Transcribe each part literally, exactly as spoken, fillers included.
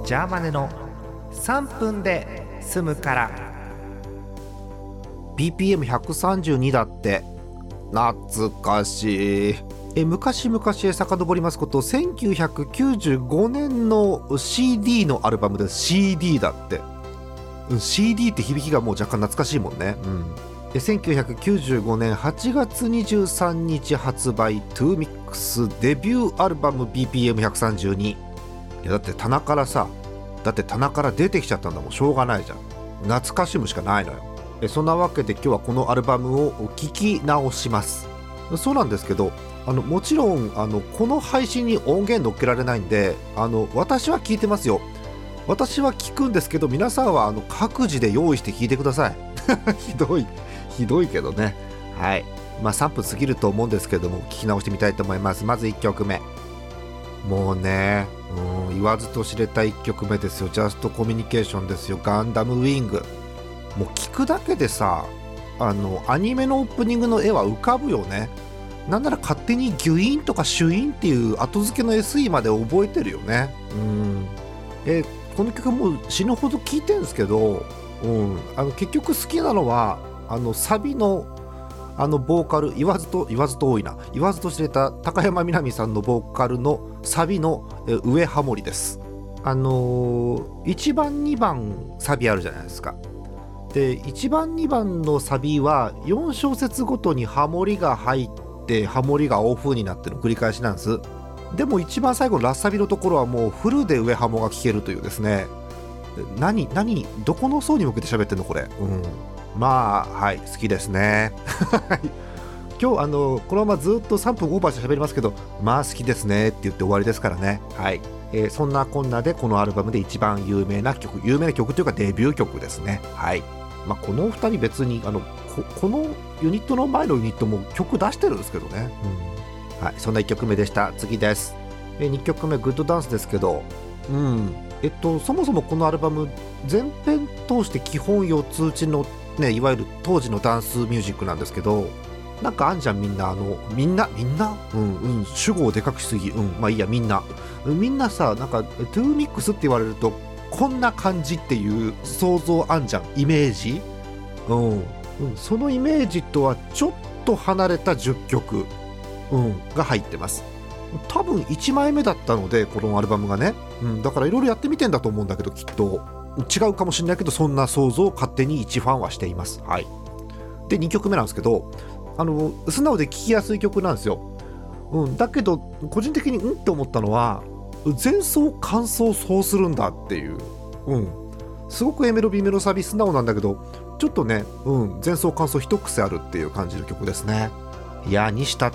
ジャーマネのさんぷんで済むから。 ビーピーエムひゃくさんじゅうに だって。懐かしい。え昔々へ遡りますことせんきゅうひゃくきゅうじゅうごねんの シーディー のアルバムです。 シーディー だって、うん、シーディー って響きがもう若干懐かしいもんね、うん、でせんきゅうひゃくきゅうじゅうごねんはちがつにじゅうさんにち発売 トゥーミックス デビューアルバム ビーピーエムひゃくさんじゅうに。 いやだって棚からさだって棚から出てきちゃったんだもん。しょうがないじゃん。懐かしむしかないのよ。えそんなわけで今日はこのアルバムを聴き直します。そうなんですけど、あのもちろんあのこの配信に音源乗っけられないんで、あの私は聞いてますよ。私は聞くんですけど、皆さんはあの各自で用意して聞いてくださいひどいひどいけどね。はい、まあさんぷん過ぎると思うんですけども、聞き直してみたいと思います。まずいっきょくめ、もうね、うん、言わずと知れたいっきょくめですよ。ジャストコミュニケーションですよ。ガンダムウィング。もう聞くだけでさ、あのアニメのオープニングの絵は浮かぶよね。なんなら勝手にギュイーンとかシュイーンっていう後付けの エスイー まで覚えてるよね。うんえこの曲もう死ぬほど聴いてるんですけど、うん、あの結局好きなのはあのサビのあのボーカル、言わずと言わずと多いな言わずと知れた高山みなみさんのボーカルのサビの上ハモリです。あのー、いちばんにばんサビあるじゃないですか。でいちばんにばんのサビはよんしょうせつごとにハモリが入ってハモリがオフになっての繰り返しなんです。でも一番最後のラッサビのところはもうフルで上ハモが聴けるというですね。何何どこの層に向けて喋ってんのこれ、うん、まあはい好きですね今日あのこのままずっとさんぷんオーバーして喋りますけど、まあ好きですねって言って終わりですからね。はい、えー、そんなこんなでこのアルバムで一番有名な曲有名な曲というかデビュー曲ですね。はい、まあ、このお二人別にあの こ, このユニットの前のユニットも曲出してるんですけどね、うん、はい、そんないっきょくめでした。次です。えにきょくめグッドダンスですけど、うんえっとそもそもこのアルバム全編通して基本よっつ打ちのね、いわゆる当時のダンスミュージックなんですけど、なんかあんじゃんみんなあのみんなみんなうんうん主語をでかくしすぎ、うんまあいいやみんなみんなさ、なんかトゥーミックスって言われるとこんな感じっていう想像あんじゃん、イメージ、うん、うん、そのイメージとはちょっと離れたじゅっきょく、うん、が入ってます。多分いちまいめだったのでこのアルバムがね、うん、だからいろいろやってみてんだと思うんだけど、きっと違うかもしれないけどそんな想像を勝手に一ファンはしています。はい、でにきょくめなんですけど、あの素直で聴きやすい曲なんですよ、うん、だけど個人的にうんって思ったのは前奏間奏そうするんだっていう、うん、すごく A メロ B メロサビ素直なんだけどちょっとね、うん、前奏間奏一癖あるっていう感じの曲ですね。いやにしたって、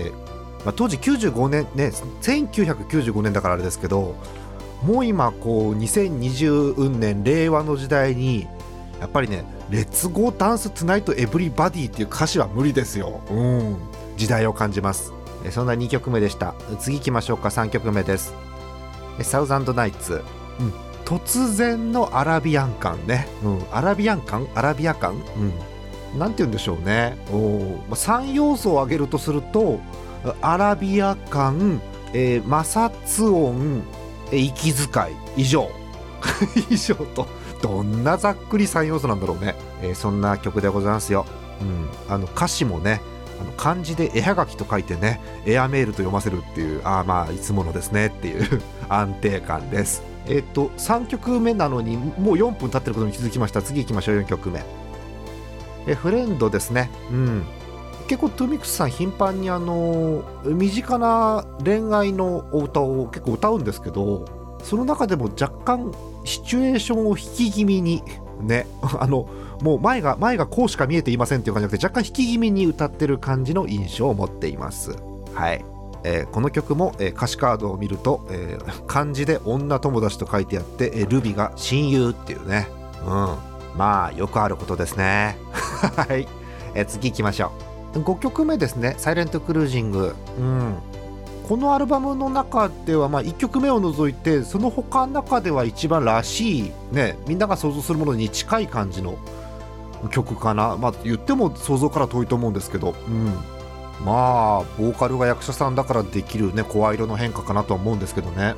まあ、当時きゅうじゅうごねんねせんきゅうひゃくきゅうじゅうごねんだからあれですけど、もう今こうにせんにじゅうねん令和の時代にやっぱりねレッツゴーダンストゥナイトエブリバディっていう歌詞は無理ですよ、うん、時代を感じます。そんなにきょくめでした。次行きましょうか。さんきょくめです。サウザンドナイツ、うん、突然のアラビアン感ね、うん、アラビアン感アラビア感、うん、なんて言うんでしょうね。おさん要素を挙げるとするとアラビア感、えー、摩擦音、えー、息遣い以上以上とどんなざっくりさん要素なんだろうね、えー、そんな曲でございますよ、うん、あの歌詞もねあの漢字で絵はがきと書いてねエアメールと読ませるっていう、あまあいつものですねっていう安定感です。えっとさんきょくめなのにもうよんぷん経ってることに気づきました。次行きましょう。よんきょくめえフレンドですね、うん、結構トゥーミックスさん頻繁にあの身近な恋愛のお歌を結構歌うんですけど、その中でも若干シチュエーションを引き気味にねあのもう前が前がこうしか見えていませんっていう感じじゃなくて若干引き気味に歌ってる感じの印象を持っています。はい、えー、この曲も、えー、歌詞カードを見ると、えー、漢字で女友達と書いてあって、えー、ルビが親友っていうね、うん、まあよくあることですねはい、えー、次行きましょう。ごきょくめですね。サイレントクルージング、うん、このアルバムの中では、まあ、いっきょくめを除いてその他の中では一番らしい、ね、みんなが想像するものに近い感じの曲かな。まあ言っても想像から遠いと思うんですけど、うん、まあボーカルが役者さんだからできるね声色の変化かなとは思うんですけどね。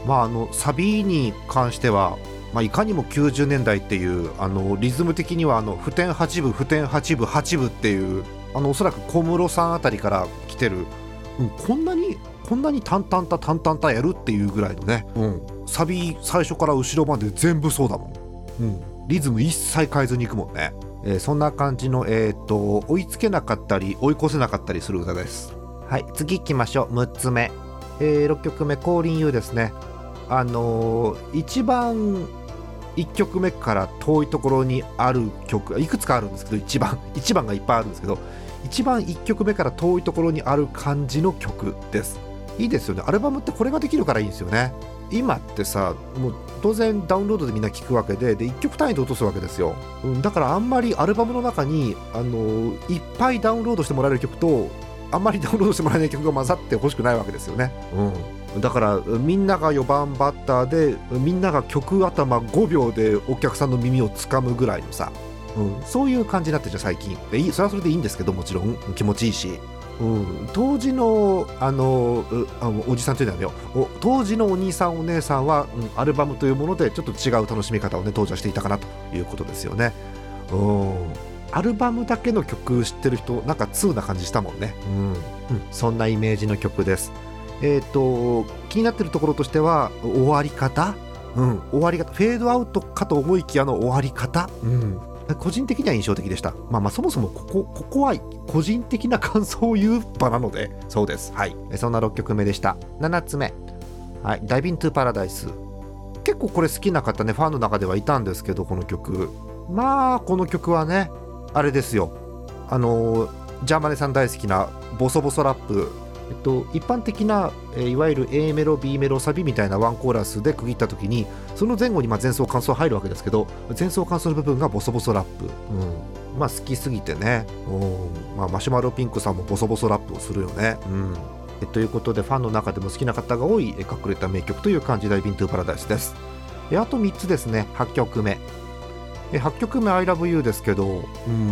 まああのサビに関しては、まあ、いかにもきゅうじゅうねんだいっていうあのリズム的にはあの普天はち部普天はち部はち部っていうあのおそらく小室さんあたりから来てる、うん、こんなにこんなに淡々た淡々たやるっていうぐらいのね、うん、サビ最初から後ろまで全部そうだもん、うん、リズム一切変えずにいくもんね、えー、そんな感じの、えー、と追いつけなかったり追い越せなかったりする歌です。はい、次行きましょう。むっつめ、えー、ろっきょくめ降臨 U ですね。あのー、一番いっきょくめから遠いところにある曲いくつかあるんですけど、一番一番がいっぱいあるんですけど、一番いっきょくめから遠いところにある感じの曲です。いいですよね。アルバムってこれができるからいいんですよね。今ってさ、もう当然ダウンロードでみんな聴くわけで、でいっきょく単位で落とすわけですよ、うん、だからあんまりアルバムの中に、あのー、いっぱいダウンロードしてもらえる曲とあんまりダウンロードしてもらえない曲が混ざってほしくないわけですよね、うん、だからみんながよばんバッターでみんなが曲頭ごびょうでお客さんの耳をつかむぐらいのさ、うん、そういう感じになってるじゃん最近。でいい、それはそれでいいんですけど、もちろん気持ちいいし、うん、当時のあのあのおじさんというのはよお当時のお兄さんお姉さんは、うん、アルバムというものでちょっと違う楽しみ方をね当時はしていたかなということですよね。うん、アルバムだけの曲知ってる人なんか通な感じしたもんね、うんうん、そんなイメージの曲です。えーと気になってるところとしては終わり方、うん、終わり方フェードアウトかと思いきやの終わり方、うん、個人的には印象的でした。まあまあそもそもここここは個人的な感想を言う場なのでそうです。はい、そんなろっきょくめでした。ななつめ、はい、ダイビントゥパラダイス。結構これ好きな方ねファンの中ではいたんですけど、この曲まあこの曲はねあれですよ、あのジャーマネさん大好きなボソボソラップ、えっと、一般的な、えー、いわゆる A メロ B メロサビみたいなワンコーラスで区切った時にその前後にまあ前奏間奏入るわけですけど、前奏間奏の部分がボソボソラップ、うん、まあ好きすぎてね、うん、まあ、マシュマロピンクさんもボソボソラップをするよね、うんえということでファンの中でも好きな方が多い隠れた名曲という感じでダイビントゥパラダイスです。えあとみっつですね。はちきょくめ、えはちきょくめ I love you ですけど、うん、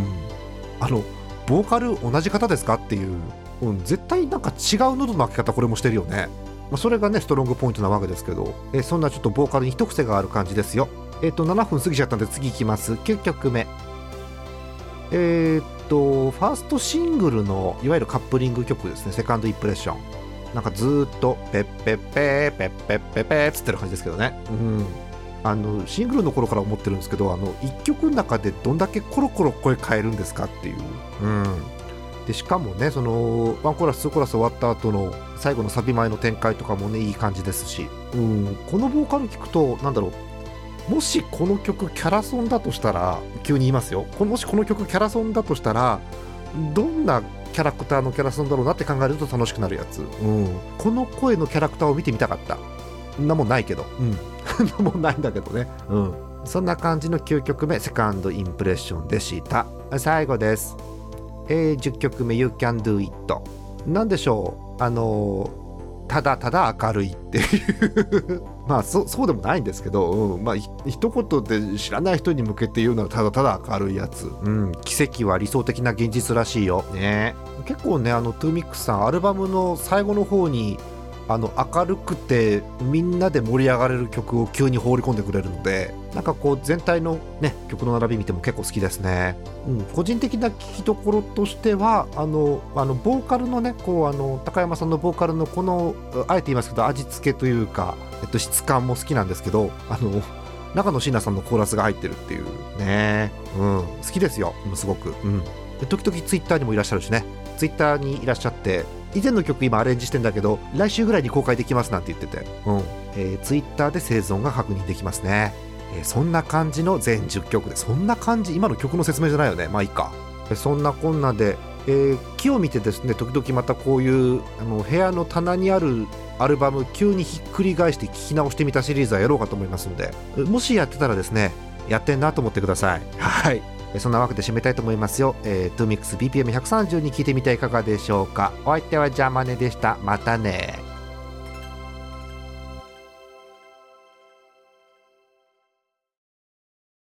あのボーカル同じ方ですかっていう、うん、絶対なんか違う喉の開き方これもしてるよね。まあ、それがねストロングポイントなわけですけど、えそんなちょっとボーカルに一癖がある感じですよ。えっとななふん過ぎちゃったんで次いきます。きゅうきょくめ、えー、っとファーストシングルのいわゆるカップリング曲ですね。セカンドインプレッション、なんかずーっとペッペッペーペッペッペッペーっつってる感じですけどね、うん、あのシングルの頃から思ってるんですけど、あのいっきょくの中でどんだけコロコロ声変えるんですかっていう、うん、でしかもねそのワンコーラスツーコーラス終わった後の最後のサビ前の展開とかもねいい感じですし、うん、このボーカル聞くとなんだろう、もしこの曲キャラソンだとしたら、急に言いますよ、もしこの曲キャラソンだとしたらどんなキャラクターのキャラソンだろうなって考えると楽しくなるやつ、うん、この声のキャラクターを見てみたかった。んなもんないけど、うん、んなもんないんだけどね、うん、そんな感じのきゅうきょくめセカンドインプレッションでした。最後です。えー、じゅっきょくめ You Can Do It。 なんでしょう、あのーただただ明るいっていうまあ そ, そうでもないんですけど、うん、まあ一言で知らない人に向けて言うのはただただ明るいやつ、うん、奇跡は理想的な現実らしいよね。結構ねあのトゥーミックスさんアルバムの最後の方にあの明るくてみんなで盛り上がれる曲を急に放り込んでくれるので、なんかこう全体のね曲の並び見ても結構好きですね、うん、個人的な聞きどころとしてはあのあのボーカルのねこうあの高山さんのボーカルのこのあえて言いますけど味付けというか、えっと、質感も好きなんですけど、あの中野椎名さんのコーラスが入ってるっていうね、うん、好きですよ、すごく、うん、で時々ツイッターにもいらっしゃるしね、ツイッターにいらっしゃって以前の曲今アレンジしてんだけど来週ぐらいに公開できますなんて言ってて、うんえー、ツイッターで生存が確認できますね、えー、そんな感じの全じゅっきょくで、そんな感じ今の曲の説明じゃないよね、まあいいか、えー、そんなこんなで、えー、木を見てですね時々またこういうあの部屋の棚にあるアルバム急にひっくり返して聞き直してみたシリーズはやろうかと思いますので、もしやってたらですねやってんなと思ってください。はい、そんなわけで締めたいと思いますよ。えー、トゥーミックス ビーピーエムひゃくさんじゅう に聞いてみてはいかがでしょうか。お相手はジャーマネでした。またね。